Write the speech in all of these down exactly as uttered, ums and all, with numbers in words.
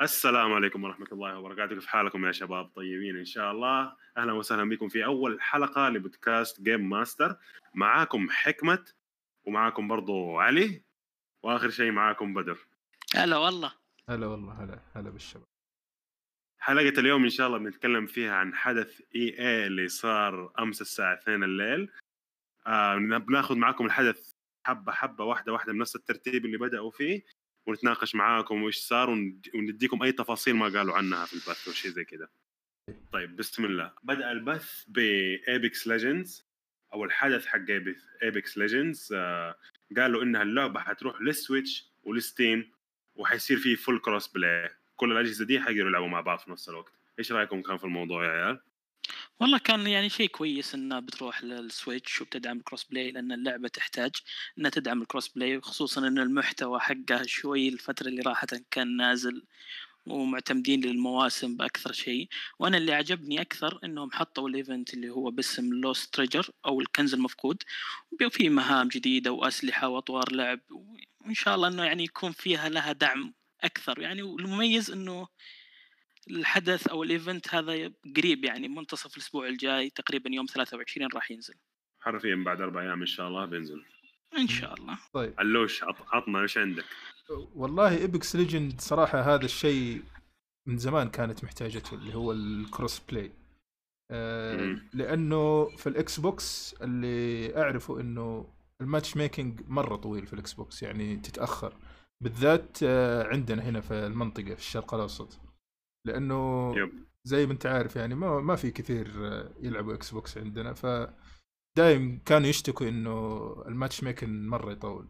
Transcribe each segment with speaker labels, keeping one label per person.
Speaker 1: السلام عليكم ورحمة الله وبركاته. كيف حالكم يا شباب؟ طيبين إن شاء الله. أهلا وسهلا بكم في أول حلقة لبودكاست جيم ماستر. معاكم حكمة ومعاكم برضو علي، وآخر شيء معاكم بدر.
Speaker 2: هلا والله.
Speaker 3: هلا والله. هلا هلا بالشباب.
Speaker 1: حلقة اليوم إن شاء الله بنتكلم فيها عن حدث إي إيه اللي صار أمس الساعة اثنين الليل. آه بناخذ معاكم الحدث حبة حبة واحدة واحدة بنفس الترتيب اللي بدأوا فيه، ونتناقش معاكم وإيش صار وند- ونديكم أي تفاصيل ما قالوا عنها في البث وشي زي كده. طيب بسم الله. بدأ البث بإيبكس ليجندز أو الحدث حق إيبكس ليجندز. قالوا إنها اللعبة حتروح للسويتش ولستيم وحيصير فيه فول كروس بلاي، كل الأجهزة دي حيقدروا يلعبوا مع بعض في نفس الوقت. إيش رأيكم كان في الموضوع يا عيال؟
Speaker 2: والله كان يعني شيء كويس انها بتروح للسويتش وبتدعم الكروس بلاي، لان اللعبه تحتاج انها تدعم الكروس بلاي، خصوصا ان المحتوى حقها شوي الفتره اللي راحت كان نازل ومعتمدين للمواسم باكثر شيء. وانا اللي عجبني اكثر انهم حطوا الايفنت اللي هو باسم لوست تريجر او الكنز المفقود، وفي مهام جديده واسلحه واطوار لعب، وان شاء الله انه يعني يكون فيها لها دعم اكثر يعني. والمميز انه الحدث او الايفنت هذا قريب، يعني منتصف الاسبوع الجاي تقريبا يوم ثلاثة وعشرين راح ينزل
Speaker 1: حرفيا بعد أربع أيام إن شاء الله بينزل
Speaker 2: ان شاء الله.
Speaker 3: طيب
Speaker 1: علوش، عط- عطنا إيش عندك؟
Speaker 3: والله ايبكس ليجند صراحة هذا الشيء من زمان كانت محتاجته، اللي هو الكروس بلاي. آه
Speaker 1: مم.
Speaker 3: لانه في الاكس بوكس اللي اعرفه انه الماتش ميكنج مرة طويل في الاكس بوكس، يعني تتأخر بالذات آه عندنا هنا في المنطقة في الشرق الاوسط، لانه
Speaker 1: يب
Speaker 3: زي ما انت عارف يعني ما ما في كثير آه، يلعبوا اكس بوكس عندنا، ف دايم كانوا يشتكوا انه الماتش ميكن مرة يطول.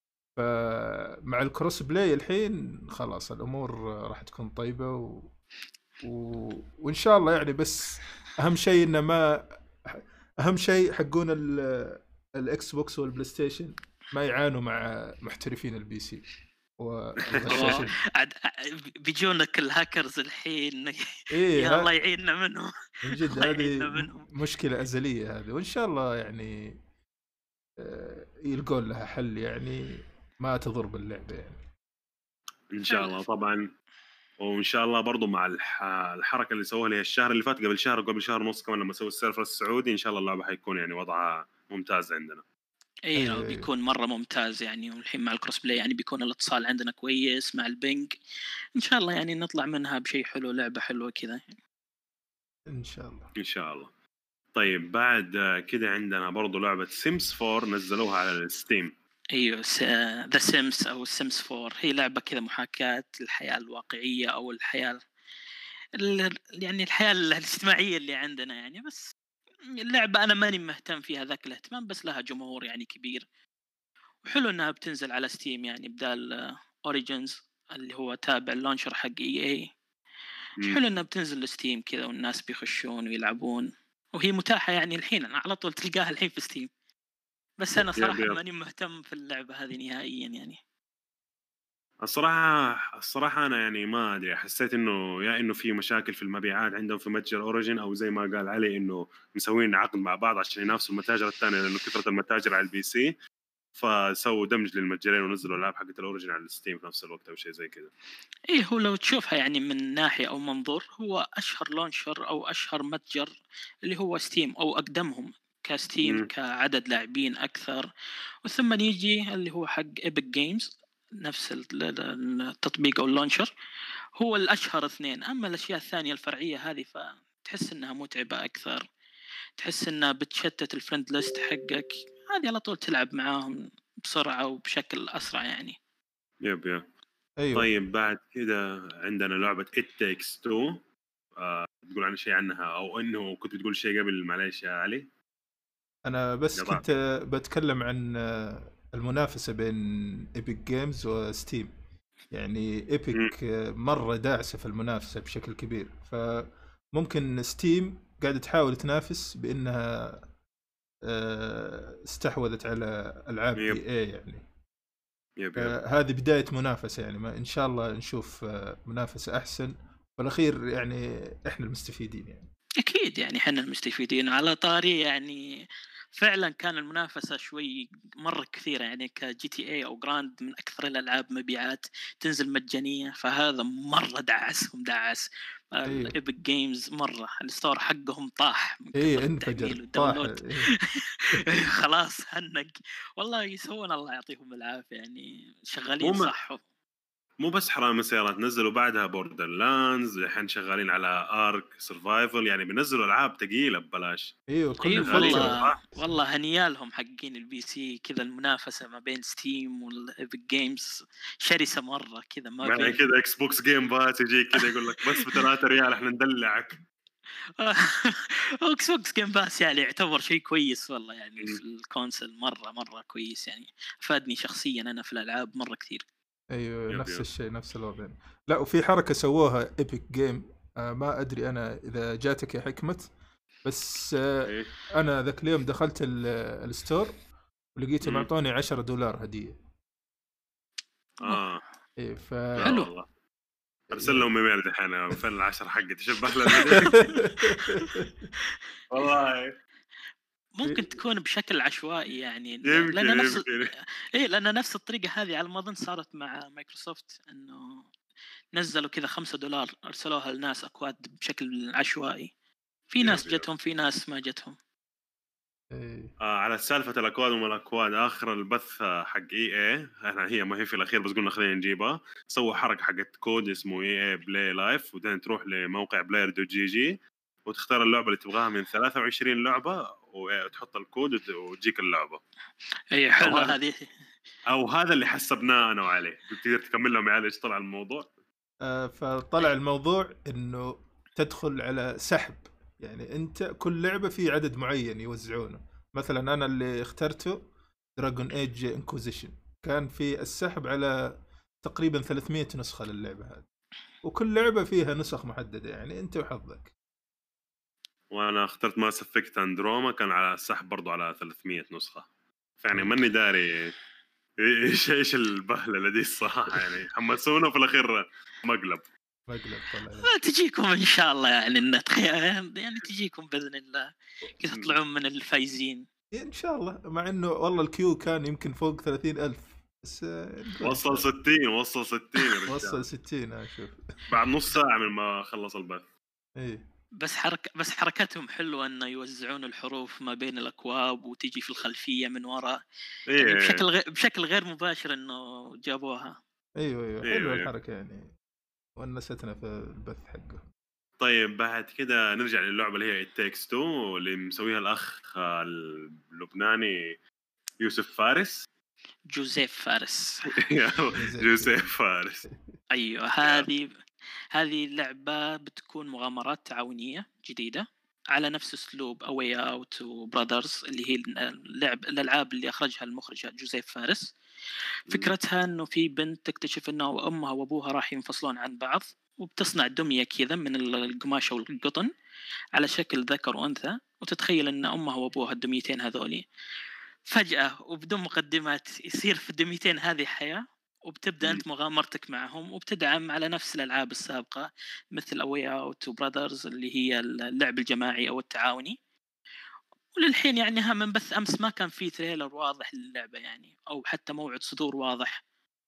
Speaker 3: فمع الكروس بلاي الحين خلاص الامور راح تكون طيبة و... و... وان شاء الله يعني. بس اهم شيء انه ما اهم شيء حقون ال... الاكس بوكس والبلاي ستيشن ما يعانوا مع محترفين البي سي والغشاشين.
Speaker 2: عاد بيجونك الهاكرز الحين
Speaker 3: ايه
Speaker 2: يا
Speaker 3: ها...
Speaker 2: الله يعيننا منهم.
Speaker 3: من جد
Speaker 2: الله يعيننا
Speaker 3: هذه
Speaker 2: منهم.
Speaker 3: مشكلة أزلية هذه، وإن شاء الله يعني آه، يلقون لها حل، يعني ما تضر باللعبة يعني.
Speaker 1: إن شاء الله طبعا. وإن شاء الله برضو مع الح... الحركة اللي سووها لي الشهر اللي فات، قبل شهر قبل شهر ونص كمان لما سووا السيرفر السعودي، إن شاء الله اللعبة حيكون يعني وضعها ممتاز عندنا.
Speaker 2: اي
Speaker 3: أيوة
Speaker 2: بيكون مره ممتاز يعني. والحين مع الكروس بلاي يعني بيكون الاتصال عندنا كويس مع البنج، ان شاء الله يعني نطلع منها بشيء حلو، لعبه حلوه كذا يعني.
Speaker 3: إن شاء الله.
Speaker 1: إن شاء الله. طيب بعد كده عندنا برضو لعبة سيمز فور نزلوها على الستيم.
Speaker 2: ايوه ذا سيمز او سيمز فور هي لعبه كذا محاكاه للحياه الواقعيه او الحياه ال- يعني الحياه الاجتماعيه اللي عندنا يعني. بس اللعبه انا ماني مهتم فيها ذاك الاهتمام، بس لها جمهور يعني كبير، وحلو انها بتنزل على ستيم يعني بدال اوريجينز اللي هو تابع اللونشر حق اي اي.
Speaker 1: مم.
Speaker 2: حلو انها بتنزل لستيم كذا والناس بيخشون ويلعبون، وهي متاحه يعني الحين على طول تلقاها الحين في ستيم. بس انا
Speaker 1: يب
Speaker 2: صراحه
Speaker 1: يب.
Speaker 2: ماني مهتم في اللعبه هذه نهائيا يعني.
Speaker 1: الصراحة الصراحة أنا يعني ما أدري، حسيت إنه يا إنه في مشاكل في المبيعات عندهم في متجر أوريجين، أو زي ما قال علي إنه مسوين عقد مع بعض عشان ينافسوا المتاجر الثانية، لأنه كثرة المتاجر على البي سي فسووا دمج للمتجرين ونزلوا الألعاب حقت الأوريجين على الستيم في نفس الوقت أو شيء زي كذا.
Speaker 2: ايه هو لو تشوفها يعني من ناحيه او منظور، هو اشهر لونشر او اشهر متجر اللي هو ستيم او اقدمهم كستيم
Speaker 1: مم.
Speaker 2: كعدد لاعبين اكثر. وثم يجي اللي هو حق ايبك جيمز، نفس ال- ال- التطبيق او اللونشر، هو الاشهر اثنين. اما الاشياء الثانيه الفرعيه هذه فتحس انها متعبه اكثر، تحس انها بتشتت الفريند ليست حقك، هذه على طول تلعب معاهم بسرعه وبشكل اسرع يعني.
Speaker 1: يب يب.
Speaker 3: أيوة.
Speaker 1: طيب بعد كده عندنا لعبة It Takes Two. آه، تقول عن شيء عنها أو إنه كنت بتقول شيء قبل؟ معليش يا علي.
Speaker 3: أنا بس
Speaker 1: قطعت.
Speaker 3: كنت بتكلم عن آه، المنافسة بين إيبك جيمز وستيم. يعني
Speaker 1: مم.
Speaker 3: إيبك آه، مرة داعسة في المنافسة بشكل كبير، فممكن ستيم قاعدة تحاول تنافس بأنها آه، استحوذت على ألعاب
Speaker 1: يب
Speaker 3: إي إيه يعني.
Speaker 1: يب يب.
Speaker 3: آه، هذه بداية منافسة يعني، ما إن شاء الله نشوف آه، منافسة أحسن، والأخير يعني إحنا المستفيدين يعني.
Speaker 2: أكيد يعني حنا المستفيدين. على طاري يعني فعلا كان المنافسة شوي مرة كثيرة، يعني كجي تي اي او جراند من اكثر الالعاب مبيعات تنزل مجانية، فهذا مرة دعسهم دعس
Speaker 3: إيه.
Speaker 2: الايبك جيمز، مرة الستور حقهم طاح من
Speaker 3: ايه
Speaker 2: كثر
Speaker 3: انفجر
Speaker 2: التحميل
Speaker 3: طاح.
Speaker 2: والداونلود.
Speaker 3: إيه.
Speaker 2: خلاص هنق، والله يسوون الله يعطيهم العافية، يعني شغالين
Speaker 1: مو م-
Speaker 2: صح.
Speaker 1: مو بس حرام السيارات، نزلوا بعدها بوردر لاندز، الحين شغالين على ارك سرفايفل، يعني بينزلوا العاب ثقيله ببلاش.
Speaker 3: ايوه كل
Speaker 2: ايوه
Speaker 3: فتره.
Speaker 2: والله والله هنيالهم حقين البي سي كذا، المنافسه ما بين ستيم والايبك جيمز شرسه مره كذا، ما
Speaker 1: معنى
Speaker 2: بين
Speaker 1: كذا اكس بوكس جيم باس يجيك كذا يقول لك بس ب ثلاثة ريال احنا ندلعك.
Speaker 2: اكس بوكس جيم باس يعني يعتبر شيء كويس والله، يعني
Speaker 1: مم.
Speaker 2: في الكونسل مره مره كويس، يعني فادني شخصيا انا في الالعاب مره كثير.
Speaker 3: ايوه
Speaker 1: يب
Speaker 3: نفس
Speaker 1: يب.
Speaker 3: الشيء نفس الوضع. لا وفي حركه سووها ايبك جيم، آه ما ادري انا اذا جاتك يا حكمت، بس آه
Speaker 1: ايه
Speaker 3: انا ذاك اليوم دخلت ال- الستور ولقيتهم
Speaker 1: مم.
Speaker 3: اعطوني عشرة دولار هديه.
Speaker 1: اه
Speaker 3: ايه ف
Speaker 1: لا
Speaker 2: حلو.
Speaker 1: والله ارسل لهم ايميل دحين فين العشر حقتي شوف احلى الفيديو. والله
Speaker 2: ممكن تكون بشكل عشوائي يعني، ل-
Speaker 1: يمكن
Speaker 2: لان نفس
Speaker 1: يمكن
Speaker 2: ايه لان نفس الطريقه هذه على ما اظن صارت مع مايكروسوفت، انه نزلوا كذا خمسة دولار ارسلوها لناس اكواد بشكل عشوائي، في ناس
Speaker 1: يب يب.
Speaker 2: جتهم في ناس ما جتهم.
Speaker 3: إيه.
Speaker 1: آه على سالفة الأكواد وما الأكواد، آخر البث آه، حق إي إيه، إحنا هي ما هي في الأخير بس قلنا خلينا نجيبها. سووا حركة حقت كود اسمه إي إيه بلاي لايف، وبعدين تروح لموقع بلاير دوت جي جي وتختار اللعبة اللي تبغاها من ثلاثة وعشرين لعبة وتحط الكود وت- وتجيك اللعبة.
Speaker 2: اي
Speaker 1: أو
Speaker 2: حلو
Speaker 1: هذا
Speaker 2: هذه.
Speaker 1: أو هذا اللي حسبناه أنا وعليه. تقدر تكمل لهم على إيش طلع الموضوع؟
Speaker 3: آه فطلع الموضوع انه تدخل على سحب، يعني انت كل لعبه في عدد معين يوزعونه. مثلا انا اللي اخترته دراجون ايج انكوزيشن، كان في السحب على تقريبا ثلاثمية نسخه للعبه هذه، وكل لعبه فيها نسخ محدده، يعني انت وحظك.
Speaker 1: وأنا اخترت ماس افكت اندروما، كان على السحب برضو على ثلاثمية نسخة. فيعني
Speaker 3: طيب.
Speaker 1: ماني داري ايش ايش البهلله دي الصراحه، يعني حمسونا في الاخير مقلب
Speaker 3: مقلب طلع.
Speaker 2: آه، تجيكم ان شاء الله، يعني النت يعني تجيكم باذن الله كذا تطلعون من الفايزين
Speaker 3: ان شاء الله، مع انه والله الكيو كان يمكن فوق ثلاثين ألف، بس آه، نقول إن
Speaker 1: وصل
Speaker 3: شاء الله.
Speaker 1: ستين وصل ستين يا
Speaker 3: وصل
Speaker 1: رجال
Speaker 3: ستين اشوف.
Speaker 1: بعد نص ساعه من ما خلص البث.
Speaker 3: ايه
Speaker 2: بس حركة بس حركتهم حلوة انه يوزعون الحروف ما بين الاكواب وتجي في الخلفية من وراء، يعني بشكل
Speaker 1: ايه
Speaker 2: غير بشكل غير مباشر انه جابوها.
Speaker 3: ايوه ايوه
Speaker 1: ايوه
Speaker 3: حلوه
Speaker 1: ايوه.
Speaker 3: الحركه، يعني ونستنا في البث حقه.
Speaker 1: طيب بعد كده نرجع للعبه اللي هي التكس تو اللي مسويها الاخ اللبناني يوسف فارس.
Speaker 2: جوزيف فارس.
Speaker 1: جوزيف فارس.
Speaker 2: ايوه هذه هذه اللعبة بتكون مغامرات تعاونية جديدة على نفس اسلوب اواي اوت وبرادرز، اللي هي اللعب الالعاب اللي اخرجها المخرج جوزيف فارس. فكرتها انه في بنت تكتشف انه امها وابوها راح ينفصلون عن بعض، وبتصنع دمية كذا من القماشة والقطن على شكل ذكر وانثى، وتتخيل ان امها وابوها الدميتين هذولي فجأة وبدون مقدمات يصير في الدميتين هذه حياة، وبتبدأ
Speaker 1: مم.
Speaker 2: أنت مغامرتك معهم، وبتدعم على نفس الألعاب السابقة مثل أواي أوت وبرادرز اللي هي اللعب الجماعي أو التعاوني. وللحين يعني ها من بث أمس ما كان في تريلر واضح للعبة يعني، أو حتى موعد صدور واضح،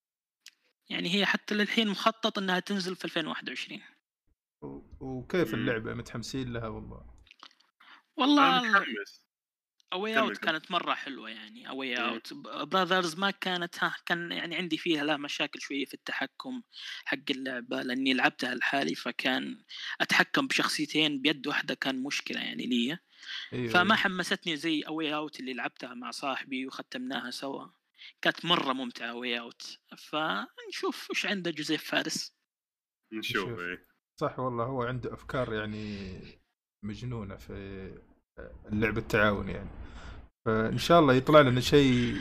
Speaker 2: يعني هي حتى للحين مخطط أنها تنزل في ألفين وواحد وعشرين.
Speaker 3: و- وكيف
Speaker 1: مم.
Speaker 3: اللعبه متحمسين لها والله؟
Speaker 1: انا
Speaker 2: والله
Speaker 1: متحمس.
Speaker 2: أواي
Speaker 1: كمل
Speaker 2: أوت
Speaker 1: كمل.
Speaker 2: كانت مرة حلوة، يعني أواي
Speaker 1: مم.
Speaker 2: أوت براذرز ما كانت ها كان يعني عندي فيها لا مشاكل شوية في التحكم حق اللعبة، لأني لعبتها لحالي فكان أتحكم بشخصيتين بيد واحدة كان مشكلة يعني لي،
Speaker 3: ايوه
Speaker 2: فما
Speaker 3: ايوه
Speaker 2: حمستني زي أواي أوت اللي لعبتها مع صاحبي وختمناها سوا، كانت مرة ممتعة أواي أوت. فنشوف وش عنده جوزيف فارس.
Speaker 1: نشوف
Speaker 3: نشوف.
Speaker 1: ايه.
Speaker 3: صح والله هو عنده افكار يعني مجنونه في اللعبه التعاون يعني، فان شاء الله يطلع لنا شيء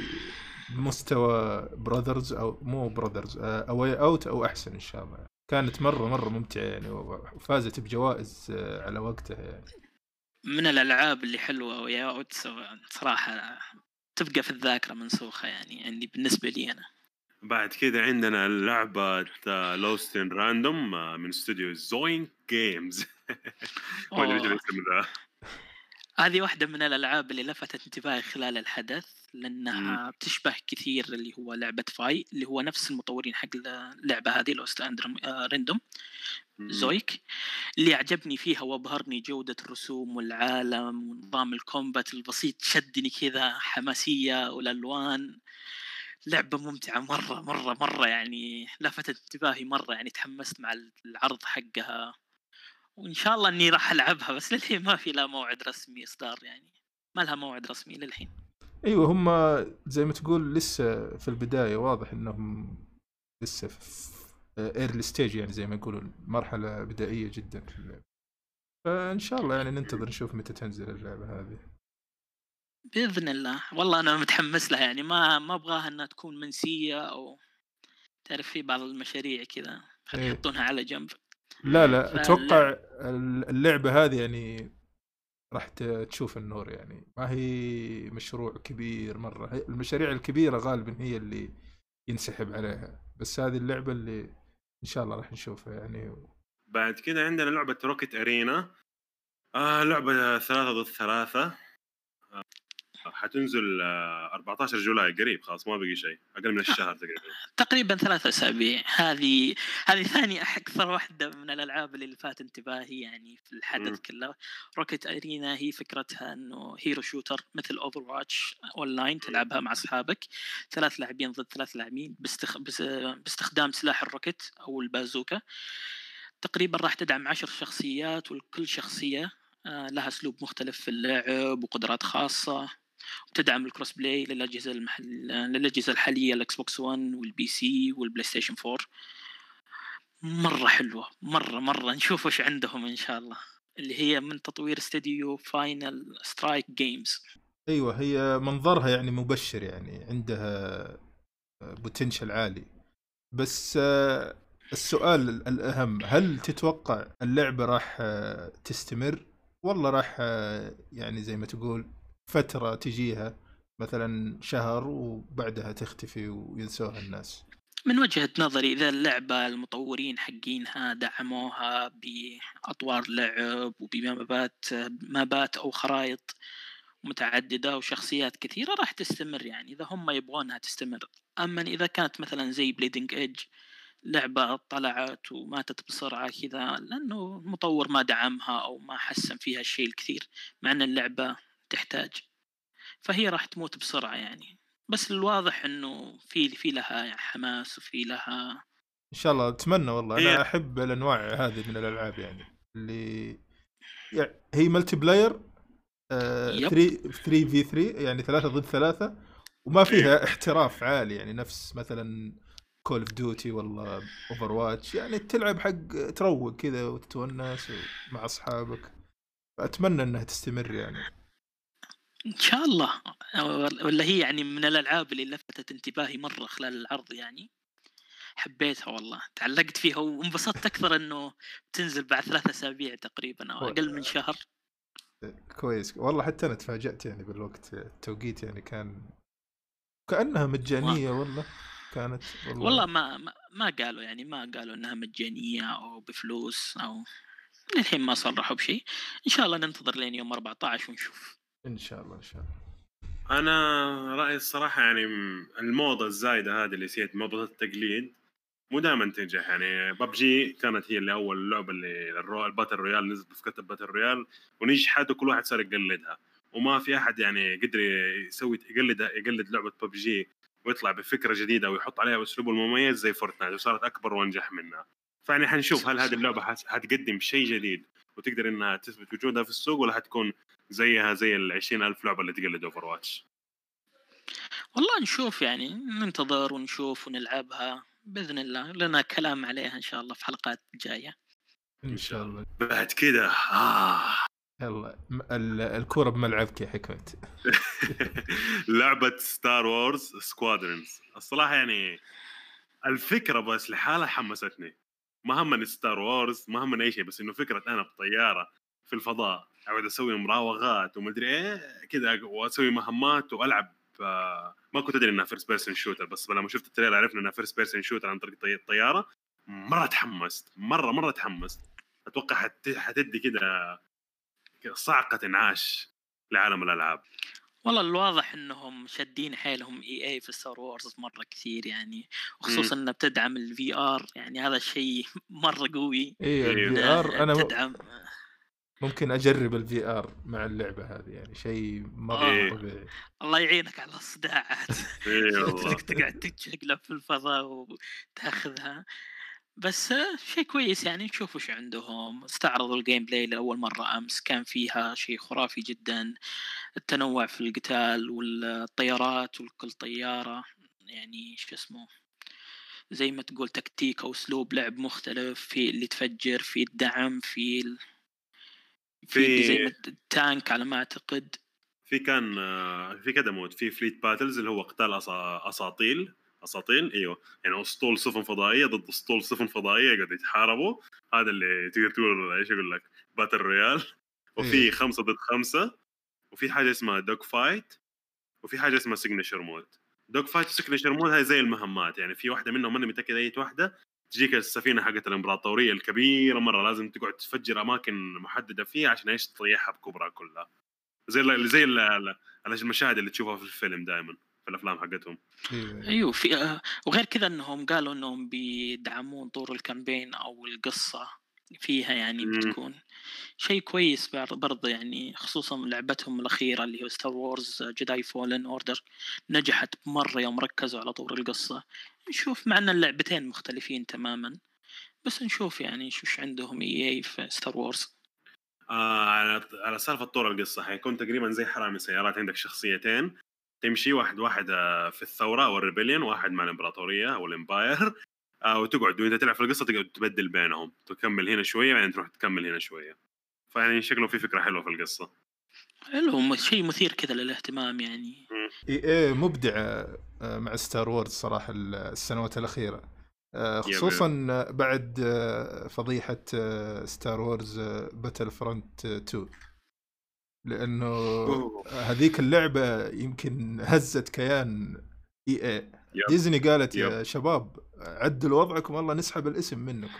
Speaker 3: بمستوى براذرز او مو براذرز اواي اوت او احسن ان شاء الله. كانت مره مره ممتعه يعني، وفازت بجوائز آه، على وقتها يعني.
Speaker 2: من الألعاب اللي حلوة أواي أوت صراحة، تبقى في الذاكرة منسوخة يعني عندي بالنسبة لي أنا.
Speaker 1: بعد كده عندنا لعبة لوست ان راندوم من استوديو زوين جيمز. ما ادري ايش
Speaker 2: أوه.
Speaker 1: الاسم ذا.
Speaker 2: هذه واحدة من الألعاب اللي لفتت انتباهي خلال الحدث،
Speaker 1: إمم.
Speaker 2: لأنها بتشبه كثير اللي هو لعبة فاي، اللي هو نفس المطورين حق اللعبة هذه Lost and Random
Speaker 1: اهم.
Speaker 2: Zoic. اللي عجبني فيها وأبهرني جودة الرسوم والعالم ونظام الكومبات البسيط، شدني كذا حماسية والألوان. لعبة ممتعة مرة مرة مرة، يعني لفتت انتباهي مرة، يعني تحمست مع العرض حقها، وإن شاء الله إني راح ألعبها، بس للحين ما في لا موعد رسمي إصدار، يعني ما لها موعد رسمي للحين.
Speaker 3: ايوه هم زي ما تقول لسه في البدايه، واضح انهم لسه في ايرلي ستيج، يعني زي ما يقولوا مرحله بدائيه جدا في اللعبه. فان شاء الله يعني ننتظر نشوف متى تنزل اللعبه هذه.
Speaker 2: بإذن الله، والله أنا متحمس لها، يعني ما ما أبغاها إنها تكون منسية، أو تعرف في بعض المشاريع كذا خلي
Speaker 3: إيه.
Speaker 2: يحطونها على جنب.
Speaker 3: لا لا
Speaker 2: فاللعب
Speaker 3: اتوقع اللعبه هذه يعني راح ت- تشوف النور، يعني ما هي مشروع كبير مره. هي المشاريع الكبيره غالبا هي اللي ينسحب عليها، بس هذه اللعبه اللي ان شاء الله راح نشوفها يعني.
Speaker 1: بعد كده عندنا لعبة روكيت أرينا. آه لعبة ثلاثة ضد ثلاثة. حتنزل آه أربعة عشر جولاي، قريب خلاص، ما بقي شيء، أقل من الشهر تقريبا.
Speaker 2: تقريبا ثلاثة أسابيع. هذه هذه ثاني أكثر واحدة من الألعاب اللي لفت انتباهي يعني في الحدث
Speaker 1: مم.
Speaker 2: كله. روكيت أرينا هي فكرتها إنه هيرو شوتر مثل أوفر واتش أونلاين، تلعبها مع أصحابك، ثلاث لاعبين ضد ثلاث لاعبين باستخ... بس... باستخدام سلاح الروكت أو البازوكا. تقريبا راح تدعم عشر شخصيات، وكل شخصية آه، لها أسلوب مختلف في اللعب وقدرات خاصة. تدعم الكروس بلاي للأجهزة المحل... للأجهزة الحالية، الإكس بوكس ون والبي سي والبلاي ستيشن فور. مرة حلوة، مرة مرة نشوف وش عندهم إن شاء الله، اللي هي من تطوير استديو فاينل سترايك جيمز.
Speaker 3: ايوه هي منظرها يعني مبشر، يعني عندها بوتنشل عالي. بس آه، السؤال الأهم، هل تتوقع اللعبة راح آه، تستمر، والله راح آه، يعني زي ما تقول فترة تجيها مثلا شهر وبعدها تختفي وينسوها الناس؟
Speaker 2: من وجهة نظري، إذا اللعبة المطورين حقينها دعموها بأطوار لعب وبمابات مابات أو خرائط متعددة وشخصيات كثيرة، راح تستمر، يعني إذا هم يبغونها تستمر. أما إذا كانت مثلا زي بليدنج إيدج، لعبة طلعت وماتت بسرعة كذا لأنه المطور ما دعمها أو ما حسن فيها الشيء الكثير، مع أن اللعبة تحتاج، فهي راح تموت بسرعة يعني. بس الواضح أنه في في لها حماس وفي لها.
Speaker 3: إن شاء الله أتمنى، والله
Speaker 1: هي
Speaker 3: أنا أحب الأنواع هذه من الألعاب، يعني اللي يعني هي ملتي بلاير
Speaker 2: يب
Speaker 3: ثلاثة في ثلاثة، يعني ثلاثة ضد ثلاثة، وما
Speaker 1: إيه.
Speaker 3: فيها احتراف عالي، يعني نفس مثلا كول اوف ديوتي ولا اوفر واتش، يعني تلعب حق تروق كذا وتتونس مع اصحابك. فاتمنى انها تستمر يعني.
Speaker 2: إن شاء الله. ولا هي يعني من الألعاب اللي لفتت انتباهي مرة خلال العرض، يعني حبيتها والله، تعلقت فيها وانبسطت أكثر أنه تنزل بعد ثلاثة أسابيع تقريبا أو أقل من شهر.
Speaker 3: كويس والله، حتى انا تفاجأت يعني بالوقت، التوقيت يعني كان كأنها
Speaker 2: ما
Speaker 3: مجانية، والله كانت
Speaker 2: والله
Speaker 3: والله.
Speaker 2: ما ما ما قالوا، يعني ما قالوا أنها مجانية أو بفلوس، أو للحين ما صرحوا بشيء. إن شاء الله ننتظر لين يوم أربعة عشر ونشوف.
Speaker 3: ان شاء الله ان شاء الله.
Speaker 1: أنا رأيي الصراحة يعني م- الموضة الزايدة هذه اللي سيت موضة التقليد مو دائما تنجح. يعني ببجي كانت هي اللي أول لعبة اللي الرو... الباتل رويال نزلت بفكرة الباتل رويال ونجحت، وكل واحد صار يقلدها، وما في أحد يعني قدر يسوي يقلد يقلد لعبة ببجي ويطلع بفكرة جديدة ويحط عليها أسلوبه المميز زي فورتنايت، وصارت أكبر وأنجح منها. فيعني حنشوف هل هذه اللعبة حت- حتقدم شيء جديد وتقدر إنها تثبت وجودها في السوق، ولا حتكون زيها زي العشرين ألف لعبة اللي تقلد أوفر واتش.
Speaker 2: والله نشوف، يعني ننتظر ونشوف ونلعبها بإذن الله، لنا كلام عليها إن شاء الله في حلقات جاية.
Speaker 3: ان
Speaker 1: إن
Speaker 3: شاء
Speaker 1: شاء
Speaker 3: الله.
Speaker 1: الله. بعد كده آه
Speaker 3: يلا م- ال- الكورة بملعبك يا حكمت.
Speaker 1: لعبة ستار وورز سكوادرنز. الصراحة يعني الفكرة بس لحالها حمستني، ما هم من ستار وورز، ما هم من أي شيء، بس إنه فكرة أنا بطيارة في الفضاء أقعد أسوي مراوغات ومدري إيه كذا وأسوي مهمات وألعب. آه، ما كنت أدري إنها فيرست بيرسون شوتر، بس لما شفت التريلر عرفنا إنها فيرست بيرسون شوتر عن طريق طي- الطيارة. مرة تحمست، مرة مرة تحمست. أتوقع حت... حتدي كذا كذا صعقة انعاش لعالم الالعاب.
Speaker 2: والله الواضح انهم شادين حيلهم اي اي في ستار وورز مره كثير يعني، وخصوصا انها بتدعم الفي ار، يعني هذا الشيء مره قوي.
Speaker 3: ايه الفي
Speaker 2: إنها
Speaker 3: ار انا م-
Speaker 2: تدعم.
Speaker 3: ممكن اجرب الفي ار مع اللعبه هذه، يعني شيء مره
Speaker 2: آه.
Speaker 3: مو طبيعي.
Speaker 2: الله يعينك على الصداعات.
Speaker 1: اي والله.
Speaker 2: تقعد تقعد تتشقلب في الفضاء وتاخذها. بس آه، شيء كويس يعني. نشوف وش عندهم. استعرضوا الجيم بلاي لأول مرة أمس، كان فيها شيء خرافي جدا. التنوع في القتال والطيارات، وكل طيارة يعني شو اسمه، زي ما تقول تكتيك أو أسلوب لعب مختلف، في اللي تفجر، في الدعم، في ال... في اللي زي
Speaker 1: في
Speaker 2: ما التانك على ما أعتقد.
Speaker 1: في كان آه، في كذا مود، في فليت باتلز اللي هو قتال أسا- اساطيل اساطيل ايوه، يعني اسطول سفن فضائيه ضد اسطول سفن فضائيه قاعد يتحاربوا. هذا اللي تقدر تقول ايش اقول لك، باتل رويال. وفي
Speaker 3: إيه.
Speaker 1: خمسة ضد خمسة. وفي حاجه اسمها دوغ فايت. وفي حاجه اسمها سيجنتشر مود. دوغ فايت وسيجنتشر مود هاي زي المهمات، يعني في واحده منهم ماني متاكد اي واحده، تجيك السفينه حقت الامبراطوريه الكبيره مره، لازم تقعد تفجر اماكن محدده فيها عشان ايش تطيحها بكبرها كلها، زي ال زي ال ال- المشاهد اللي تشوفها في الفيلم دائما في الافلام حقتهم.
Speaker 3: ايوه
Speaker 2: أيوه في آه، وغير كذا أنهم قالوا أنهم بيدعمون طور الكامبين أو القصة فيها، يعني
Speaker 1: مم.
Speaker 2: بتكون شيء كويس بر- برضه يعني. خصوصا لعبتهم الأخيرة اللي هو ستار وورز جداي فولن أوردر، نجحت مرة يوم ركزوا على طور القصة. نشوف، مع أن اللعبتين مختلفين تماما، بس نشوف يعني شوش عندهم اي اي في ستار وورز.
Speaker 1: آه على على سالفه طور القصه، حيكون تقريبا زي حرامي سيارات، عندك شخصيتين تمشي، واحد واحد آه، في الثوره او الريبليون، واحد مع الامبراطوريه او الامباير. آه وتقعد وانت تلعب في القصه تقعد تبدل بينهم، تكمل هنا شويه بعدين تروح تكمل هنا شويه. فيعني شكله في فكره حلوه في القصه.
Speaker 2: حلو، شيء مثير كذا للاهتمام يعني.
Speaker 3: اي اي مبدعه آه، مع ستار وورز صراحه السنوات الاخيره، آه، خصوصا بعد آه، فضيحه آه، ستار وورز باتل فرونت تو، لانه
Speaker 1: أوه.
Speaker 3: هذيك اللعبه يمكن هزت كيان اي اي.
Speaker 1: يب.
Speaker 3: ديزني قالت
Speaker 1: يب.
Speaker 3: يا شباب عدلوا وضعكم، والله نسحب الاسم منكم.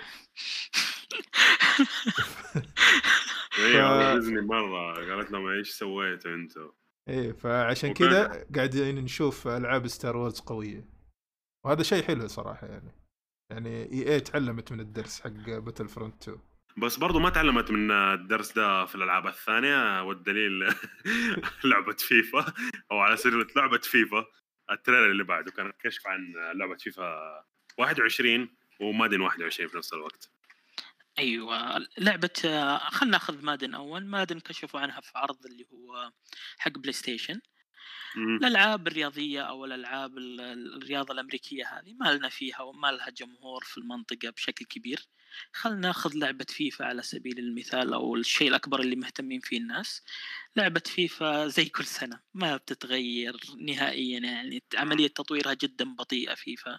Speaker 1: ايوه والله ديزني مره قالت لهم ايش سويتوا انتم.
Speaker 3: ايه فعشان
Speaker 1: وكان
Speaker 3: كذا قاعدين نشوف العاب ستار وورز قويه، وهذا شيء حلو صراحه يعني. يعني اي اي تعلمت من الدرس حق باتل فرونت تو.
Speaker 1: بس برضو ما تعلمت من الدرس ده في الالعاب الثانيه، والدليل لعبه فيفا، او على سيره لعبه فيفا، التريلر اللي بعده كان كشف عن لعبه فيفا واحد وعشرين ومادن واحد وعشرين في نفس الوقت.
Speaker 2: ايوه لعبه آه، خلنا ناخذ مادن اول. مادن كشفوا عنها في عرض اللي هو حق بلاي ستيشن.
Speaker 1: مم.
Speaker 2: الالعاب الرياضيه او الالعاب ال- الرياضه الامريكيه هذه ما لنا فيها وما لها جمهور في المنطقه بشكل كبير. خلنا ناخذ لعبه فيفا على سبيل المثال، او الشيء الاكبر اللي مهتمين فيه الناس. لعبه فيفا زي كل سنه ما بتتغير نهائيا، يعني عمليه تطويرها جدا بطيئه فيفا،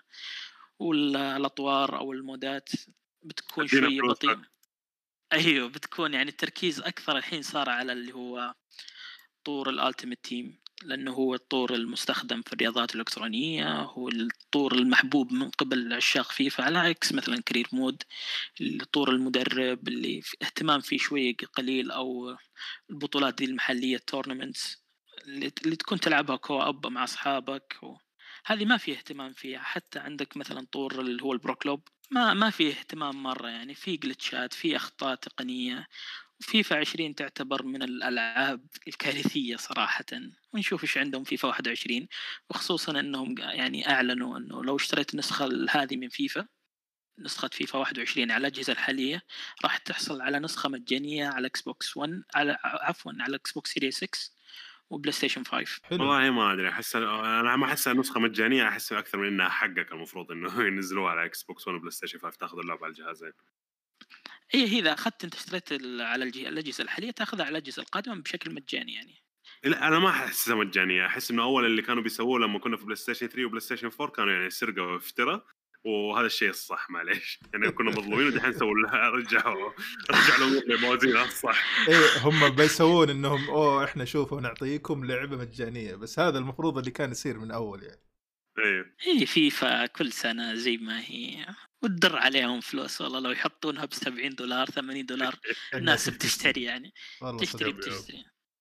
Speaker 2: والاطوار او المودات بتكون
Speaker 1: ادينا
Speaker 2: شويه
Speaker 1: فلوسك.
Speaker 2: بطيئه. ايوه بتكون يعني التركيز اكثر الحين صار على اللي هو طور الالتيميت تيم، لانه هو الطور المستخدم في الرياضات الالكترونيه، هو الطور المحبوب من قبل عشاق فيفا، على عكس مثلا كارير مود الطور المدرب اللي في اهتمام فيه شويه قليل، او البطولات دي المحليه التورنمنتس اللي اللي تكون تلعبها كو اب مع اصحابك و... هذه ما في اهتمام فيها. حتى عندك مثلا طور اللي هو البروكلوب ما ما في اهتمام مره، يعني في جلتشات، في اخطاء تقنيه. فيفا عشرين تعتبر من الألعاب الكارثية صراحة، ونشوف إيش عندهم فيفا واحد وعشرين. وخصوصا أنهم يعني أعلنوا أنه لو اشتريت النسخة هذه من فيفا، نسخة فيفا واحد وعشرين على الأجهزة الحالية، راح تحصل على نسخة مجانية على إكس بوكس واحد، على عفوا على إكس بوكس سيريس ستة وبلاي ستيشن خمسة.
Speaker 3: حلو.
Speaker 1: والله ما ادري، احس انا ما احسها نسخه مجانيه، احس اكثر من انها حقك المفروض انه ينزلوها على اكس بوكس وبلاي ستيشن خمسة، تاخذ اللعبه على الجهازين.
Speaker 2: هي هي إذا أخذت أنت اشتريت على الأجهزة الحالية تأخذها على الأجهزة القادمة بشكل مجاني يعني.
Speaker 1: لا انا ما احسها مجانيه، احس انه اول اللي كانوا بيسووه لما كنا في بلاي ستيشن ثلاثة وبلاي ستيشن أربعة كانوا يعني سرقه وافتراء، وهذا الشيء الصح معليش يعني كنا مظلومين، ودحين سووا لها رجعوا رجعوا الامور لموازينها الصح.
Speaker 3: ايه هم بيسوون انهم اوه احنا شوفوا نعطيكم لعبه مجانيه، بس هذا المفروض اللي كان يصير من اول يعني.
Speaker 1: ايه
Speaker 2: هي فيفا كل سنة زي ما هي، وتدر عليهم فلوس والله. لو يحطونها بسبعين دولار ثمانين دولار الناس بتشتري يعني،
Speaker 3: والله
Speaker 2: تشتري
Speaker 3: صدق.
Speaker 2: بتشتري.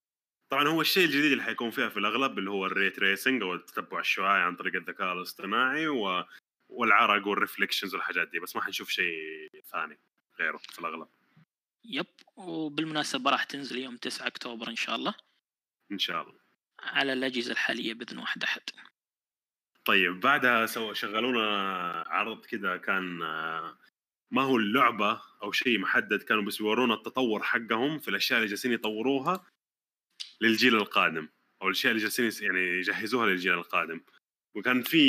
Speaker 1: طبعا هو الشيء الجديد اللي حيكون فيها في الاغلب اللي هو الريت ريسنج او التتبع الشعاعي عن طريق الذكاء الاصطناعي و... والعرق والريفليكشنز والحاجات دي، بس ما حنشوف شيء ثاني غيره في الاغلب.
Speaker 2: يب. وبالمناسبة راح تنزل يوم تسعة أكتوبر إن شاء الله
Speaker 1: ان شاء الله.
Speaker 2: على الأجهزة الحالية بإذن واحد أحد.
Speaker 1: طيب بعدها سو شغلونا عرض كده كان ما هو اللعبة أو شيء محدد، كانوا بس يورونا التطور حقهم في الأشياء اللي جالسين يطوروها للجيل القادم أو الأشياء اللي جالسين يعني يجهزوها للجيل القادم. وكان في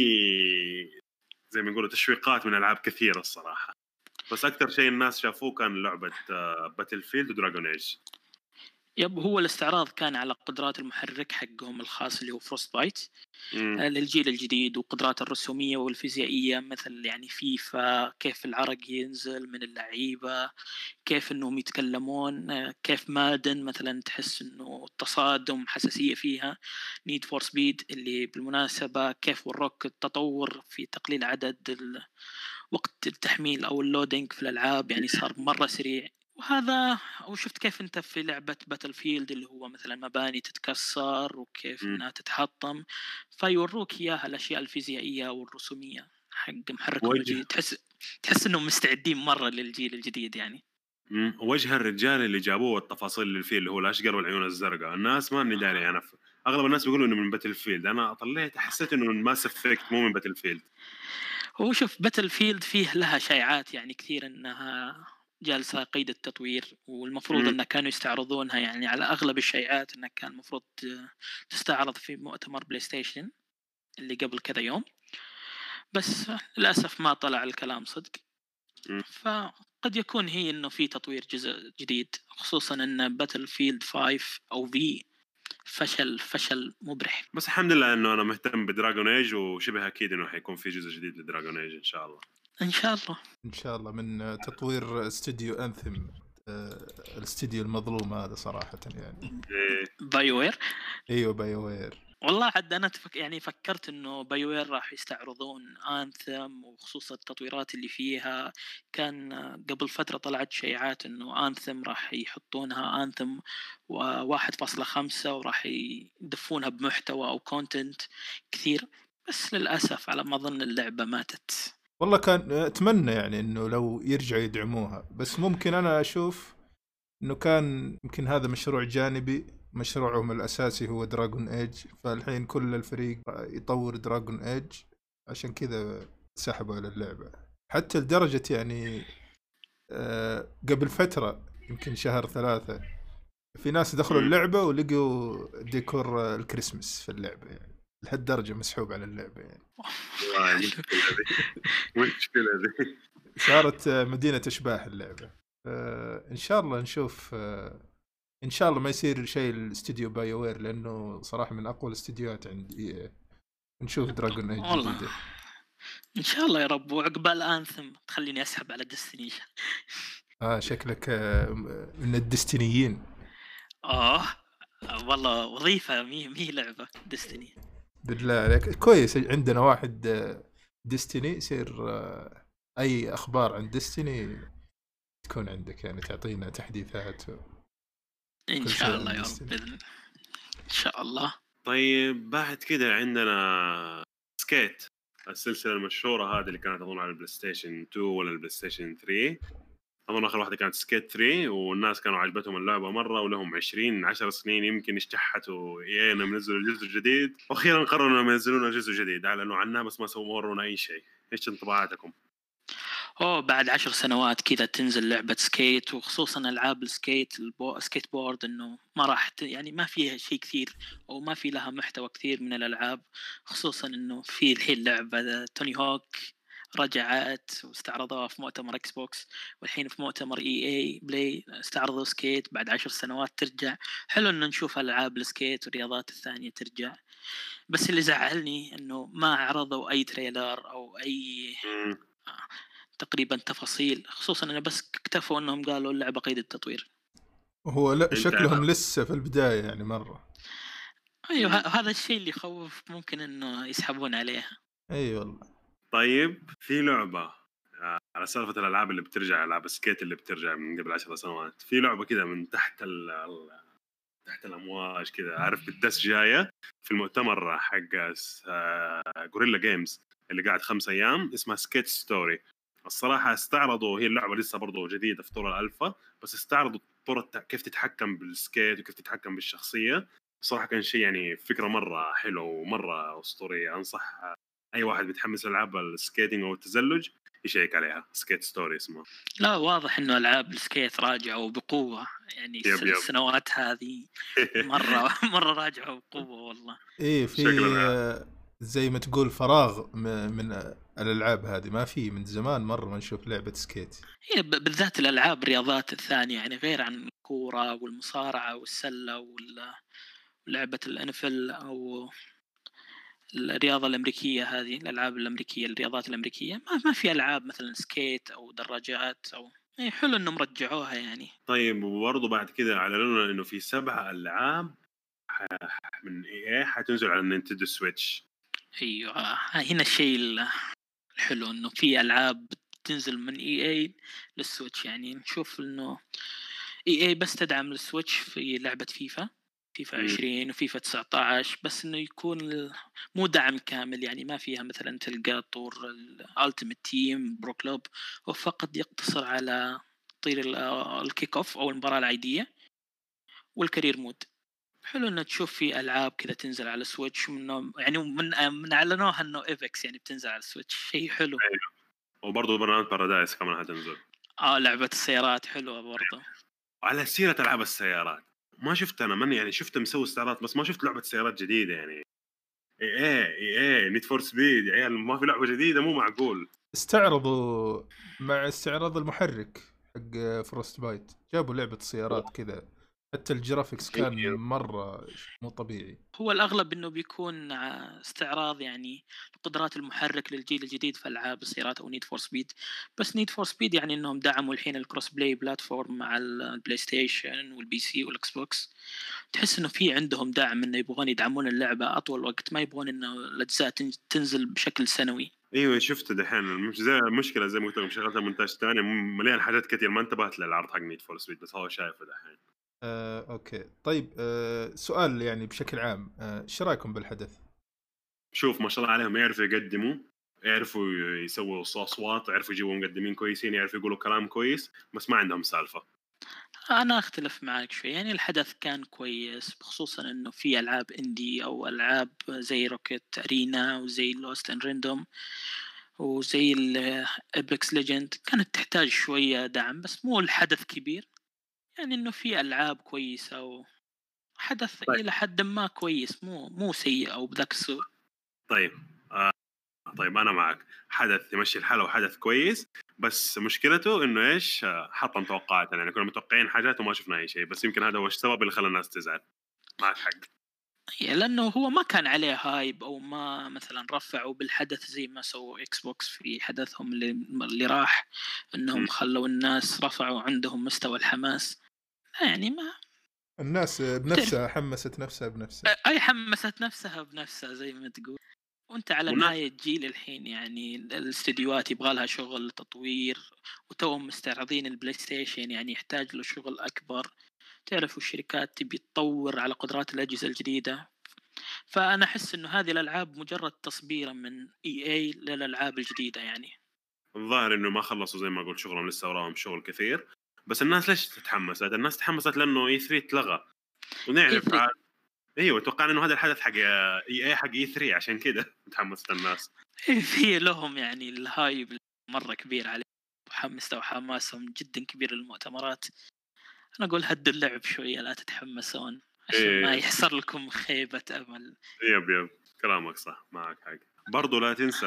Speaker 1: زي ما يقولوا تشويقات من ألعاب كثيرة الصراحة، بس أكثر شيء الناس شافوه كان لعبة باتل فيلد ودراجون ايج.
Speaker 2: يب. هو الاستعراض كان على قدرات المحرك حقهم الخاص اللي هو فروست بايت
Speaker 1: مم.
Speaker 2: للجيل الجديد، وقدرات الرسومية والفيزيائية مثل يعني فيفا، كيف العرق ينزل من اللعيبة، كيف انهم يتكلمون، آه، كيف مادن مثلا تحس انه التصادم حساسية فيها. نيد فور سبيد اللي بالمناسبة كيف وروك التطور في تقليل عدد ال- وقت التحميل او اللودينج في الالعاب، يعني صار مرة سريع. وهذا وشفت كيف انت في لعبة باتل فيلد اللي هو مثلا مباني تتكسر وكيف
Speaker 1: مم.
Speaker 2: انها تتحطم، فيوروك اياها الاشياء الفيزيائية والرسومية حق محركهم
Speaker 1: وجه
Speaker 2: الجديد. تحس تحس انهم مستعدين مرة للجيل الجديد يعني.
Speaker 1: مم. وجه الرجال اللي جابوه والتفاصيل اللي فيه اللي هو الاشقر والعيون الزرقاء، الناس ما اني داري. انا ف... اغلب الناس بيقولوا انه من باتل فيلد، انا طلعت حسيت انه من ماس افكت مو من باتل فيلد.
Speaker 2: هو شوف باتل فيلد فيه لها شائعات يعني كثير انها جالسة قيد التطوير، والمفروض
Speaker 1: مم.
Speaker 2: انها كانوا يستعرضونها، يعني على اغلب الشائعات انها كان المفروض تستعرض في مؤتمر بلاي ستيشن اللي قبل كذا يوم، بس للأسف ما طلع الكلام صدق.
Speaker 1: مم.
Speaker 2: فقد يكون هي انه في تطوير جزء جديد، خصوصا ان باتل فيلد خمسة او في فشل فشل مبرح.
Speaker 1: بس الحمد لله انه انا مهتم بدراجون ايج، وشبه اكيد انه حيكون في جزء جديد لدراجون ايج ان شاء الله.
Speaker 2: ان شاء الله.
Speaker 3: ان شاء الله من تطوير استوديو انثم، الاستوديو المظلوم هذا صراحه يعني.
Speaker 1: إيه.
Speaker 2: بايوير.
Speaker 3: ايوه بايوير.
Speaker 2: والله حد انا تفك... يعني فكرت انه بايوير راح يستعرضون انثم، وخصوصا التطويرات اللي فيها. كان قبل فترة طلعت شائعات انه انثم راح يحطونها انثم واحد فاصلة خمسة وراح يدفونها بمحتوى او كونتنت كثير، بس للأسف على ما اظن اللعبة ماتت.
Speaker 3: والله كان اتمنى يعني انه لو يرجعوا يدعموها، بس ممكن انا اشوف انه كان يمكن هذا مشروع جانبي، مشروعهم الاساسي هو دراجون ايج، فالحين كل الفريق يطور دراجون ايج، عشان كذا سحبوا على اللعبة. حتى لدرجة يعني آه قبل فترة يمكن شهر ثلاثة في ناس دخلوا
Speaker 1: مم.
Speaker 3: اللعبة ولقوا ديكور الكريسماس في اللعبة، يعني لهالدرجة مسحوب على اللعبة يعني.
Speaker 1: والله مشكلة ذي مشكلة ذي.
Speaker 3: صارت مدينة أشباح اللعبة. آه إن شاء الله نشوف، آه إن شاء الله ما يصير شيء الاستوديو بايوير، لأنه صراحة من أقوى الاستديوهات عندي. نشوف دراجون ايج
Speaker 2: والله
Speaker 3: جديدة
Speaker 2: ان شاء الله يا رب. وعقبال انثم تخليني اسحب على ديستني.
Speaker 3: آه شكلك آه من الدستنيين.
Speaker 2: اه والله وظيفة مي مي لعبة ديستني.
Speaker 3: بالله عليك كويس عندنا واحد آه ديستني، يصير آه أي أخبار عن ديستني تكون عندك، يعني تعطينا تحديثات و...
Speaker 2: ان
Speaker 3: كل
Speaker 2: شاء
Speaker 3: شيء
Speaker 2: الله
Speaker 3: عن
Speaker 2: يا رب
Speaker 3: ديستني.
Speaker 2: بإذن. ان شاء الله.
Speaker 1: طيب بعد كده عندنا سكيت، السلسلة المشهورة هذه اللي كانت أظن على البلاي ستيشن اثنين ولا البلاي ستيشن ثلاثة. أظن آخر واحدة كانت سكيت ثلاثة، والناس كانوا عجبتهم اللعبة مرة، ولهم عشرين عشر سنين يمكن اشتحتوا إيانا منزلوا الجزء الجديد، وأخيرا قرروا إنهم ينزلون جزء جديد، أعلنوا عنها بس ما سووا ورونا أي شيء. إيش انطباعاتكم؟
Speaker 2: اوه بعد عشر سنوات كذا تنزل لعبة سكيت، وخصوصا العاب السكيت البو... سكيت بورد، انه ما راح ت... يعني ما فيها شيء كثير او ما في لها محتوى كثير من الالعاب، خصوصا انه في الحين لعبة توني هوك رجعت واستعرضوها في مؤتمر اكس بوكس، والحين في مؤتمر اي اي بلاي استعرضوا سكيت بعد عشر سنوات ترجع. حلو انه نشوف العاب السكيت والرياضات الثانية ترجع، بس اللي زعلني انه ما عرضوا اي تريلر او اي
Speaker 1: مم.
Speaker 2: تقريبا تفاصيل، خصوصا أنا بس اكتفوا أنهم قالوا اللعبة قيد التطوير.
Speaker 3: هو لا
Speaker 1: أنت
Speaker 3: شكلهم لسه في البداية يعني مرة.
Speaker 2: أيوة
Speaker 1: مم.
Speaker 2: هذا الشيء اللي يخوف، ممكن أنه يسحبون عليها.
Speaker 3: أي والله.
Speaker 1: طيب في لعبة آه، على سالفة الألعاب اللي بترجع، ألعاب السكيت اللي بترجع من قبل عشر سنوات، في لعبة كده من تحت ال تحت الامواج كذا، عارف بالدس جايه في المؤتمر حق غوريلا جيمز اللي قاعد خمس ايام، اسمها سكيت ستوري. الصراحه استعرضوا، هي اللعبه لسه برضو جديده في طور الالفا، بس استعرضوا طرق كيف تتحكم بالسكيت وكيف تتحكم بالشخصيه. صراحه كان شيء يعني فكره مره حلوه ومره اسطوريه. انصح اي واحد بيتحمس لالعاب السكيتنج او التزلج يشيك عليها، سكيت ستوري اسمها.
Speaker 2: لا واضح انه العاب السكيت راجعه وبقوه يعني.
Speaker 1: يب يب.
Speaker 2: السنوات هذه مره مره راجعه بقوه والله.
Speaker 3: ايه في
Speaker 1: شكلنا
Speaker 3: آه، زي ما تقول فراغ م- من آه، الالعاب هذه، ما في من زمان مره ما نشوف لعبه سكيت.
Speaker 2: هي ب- بالذات الالعاب الرياضات الثانيه يعني، غير عن الكوره والمصارعه والسله ولا لعبه الانفل او الرياضه الامريكيه هذه، الالعاب الامريكيه الرياضات الامريكيه، ما ما في العاب مثلا سكيت او دراجات او إيه. حلو انهم رجعوها يعني.
Speaker 1: طيب وبرضه بعد كده اعلنوا انه في سبع العاب من اي اي حتنزل على النينتندو سويتش.
Speaker 2: ايوه هنا الشيء الحلو انه في العاب تنزل من اي اي للسويتش. يعني نشوف انه اي اي بس تدعم السويتش في لعبة فيفا فيفا
Speaker 1: مم.
Speaker 2: عشرين وفيفا تسعة عشر، بس انه يكون ال- مو دعم كامل يعني. ما فيها مثلا تلقى طور الالتيميت تيم برو كلوب، وفقط يقتصر على طير ال- الكيك اوف او المباراة العادية والكارير مود. حلو انه تشوف في العاب كذا تنزل على السويتش، منه يعني من من اعلنوها انه ايفكس يعني بتنزل على السويتش، شيء حلو.
Speaker 1: وبرضه برنامج بارادايس كمان حتنزل.
Speaker 2: اه لعبة السيارات حلوة برضه.
Speaker 1: على سيرة ألعاب السيارات، ما شفت أنا من يعني شفت مسوي استعراض بس ما شفت لعبة سيارات جديدة يعني. إيه إيه إيه نيد فور سبيد يا عيال، ما في لعبة جديدة، مو معقول.
Speaker 3: استعرضوا مع استعراض المحرك حق فروست بايت، جابوا لعبه سيارات كذا، حتى الجرافيكس كان مره مو طبيعي.
Speaker 2: هو الأغلب إنه بيكون ع- استعراض يعني قدرات المحرك للجيل الجديد في ألعاب السيارات أو نيد فور سبيد. بس نيد فور سبيد يعني إنهم دعموا الحين الكروس بلاي بلاتفورم مع البلاي ستيشن والبي سي والإكس بوكس. تحس إنه في عندهم دعم إنه يبغون يدعمون اللعبة أطول وقت، ما يبغون إنه الأجزاء تنج- تنزل بشكل سنوي.
Speaker 1: ايوه شفت دحين مش زي المشكله زي ما قلت لكم، شغلت مونتاج ثاني مليان حاجات كثير ما انتبهت للعرض حق نيد فور سبيد، بس هو شايفه دحين.
Speaker 3: آه، اوكي طيب، آه، سؤال يعني بشكل عام، آه، ايش رايكم بالحدث؟
Speaker 1: شوف ما شاء الله عليهم، يعرفوا يقدموا، يعرفوا يسووا اصوات، يعرفوا يجيبوا مقدمين كويسين، يعرفوا يقولوا كلام كويس، بس ما عندهم سالفه.
Speaker 2: أنا أختلف معك شوي يعني. الحدث كان كويس، بخصوصا إنه في ألعاب إندي أو ألعاب زي روكيت أرينا وزي لوست إن ريندوم وزي الابيكس ليجند كانت تحتاج شوية دعم، بس مو الحدث كبير يعني. إنه في ألعاب كويسة وحدث
Speaker 1: طيب
Speaker 2: إلى حد ما كويس، مو مو سيء أو بذاك السوء.
Speaker 1: طيب آه طيب انا معك، حدث يمشي الحال وحدث كويس، بس مشكلته انه ايش، آه، حطم توقعاتنا يعني. كنا متوقعين حاجات وما شفنا اي شيء، بس يمكن هذا هو السبب اللي خلى الناس تزعل. معك حق.
Speaker 2: يعني لأنه هو ما كان عليه هايب أو ما مثلا رفعوا بالحدث زي ما سووا إكس بوكس في حدثهم اللي, اللي راح، إنهم
Speaker 1: م.
Speaker 2: خلوا الناس رفعوا عندهم مستوى الحماس. يعني ما
Speaker 3: الناس بنفسها حمست نفسها بنفسها.
Speaker 2: أي حمست نفسها بنفسها زي ما تقول. وانت على
Speaker 1: والناس
Speaker 2: نهاية جيل الحين يعني، الاستديوهات يبغى لها شغل تطوير، وتوهم مستعرضين البلاي ستيشن يعني يحتاج له شغل أكبر. تعرفوا الشركات تبي تطور على قدرات الأجهزة الجديدة. فأنا أحس إنه هذه الألعاب مجرد تصبيرا من إي إي للألعاب الجديدة يعني.
Speaker 1: الظاهر انه ما خلصوا زي ما قلت شغلهم، لسه وراهم شغل كثير. بس الناس ليش تتحمست؟ الناس تحمست لانه اي ثري اتلغى
Speaker 2: إي
Speaker 1: ونعرف
Speaker 2: ثري
Speaker 1: عاد. ايوه توقعنا انه هذا الحدث حق اي اي حق اي ثري، عشان كذا تحمست الناس.
Speaker 2: في لهم يعني الهايب مرة كبير عليه، وحمس وحماسهم جدا كبير للمؤتمرات. أنا أقول هدوا اللعب شوية، لا تتحمسون عشان ما
Speaker 1: ايه
Speaker 2: يحصل لكم خيبة أمل.
Speaker 1: يب يب كلامك صح، معك حق. برضو لا تنسى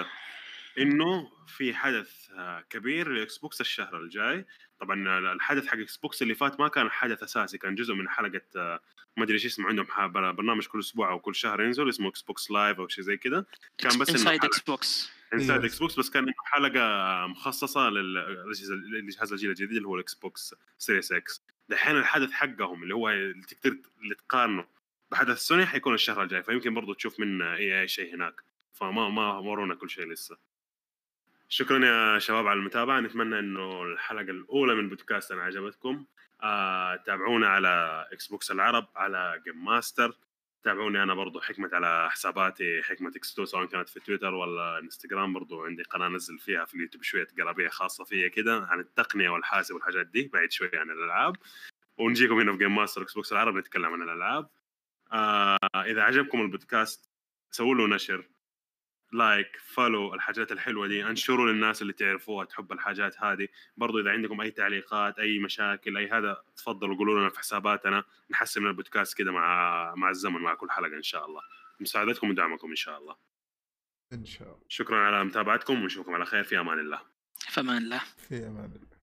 Speaker 1: انه في حدث آه، كبير للاكس بوكس الشهر الجاي. طبعا الحدث حق اكس بوكس اللي فات ما كان حدث اساسي، كان جزء من حلقه آه، ما ادري ايش اسمه عندهم، ح- برنامج كل اسبوع او كل شهر ينزل اسمه اكس بوكس لايف او شيء زي كذا. كان بس انه
Speaker 2: انسايد
Speaker 1: حلقه
Speaker 2: اكس بوكس.
Speaker 1: انسايد
Speaker 3: ايوه
Speaker 1: اكس بوكس، بس كان إنه حلقه مخصصه للجهاز للجهاز الجيل الجديد اللي هو الاكس بوكس سيريس اكس. دحين الحدث حقهم اللي هو اللي تقدر اللي تقارنه بحدث سوني حيكون الشهر الجاي، فيمكن برضو تشوف من اي اي شيء هناك. فما ما ورونا كل شيء لسه. شكرا يا شباب على المتابعة. نتمنى انه الحلقة الأولى من بودكاستنا عجبتكم. آه، تابعونا على اكس بوكس العرب، على جيم ماستر. تابعوني انا برضو حكمة على حساباتي حكمة اكس تو، سواء كانت في تويتر ولا انستغرام. برضو عندي قناة نزل فيها في اليوتيوب شوية قرابية خاصة فيا كده عن التقنية والحاسب والحاجات دي، بعيد شوية عن الألعاب. ونجيكم هنا في جيم ماستر اكس بوكس العرب نتكلم عن الألعاب. آه، إذا عجبكم البودكاست سووا له نشر، لايك، فولو، الحاجات الحلوة دي انشروا للناس اللي تعرفوها تحب الحاجات هذه. برضو إذا عندكم أي تعليقات، أي مشاكل، أي هذا، تفضلوا قولوا لنا في حساباتنا، نحسن من البودكاست كده مع مع الزمن، مع كل حلقة إن شاء الله. مساعدتكم ودعمكم إن شاء الله.
Speaker 3: ان شاء الله.
Speaker 1: شكرا على متابعتكم ونشوفكم على خير، في أمان الله.
Speaker 2: فمان الله.
Speaker 3: في امان الله.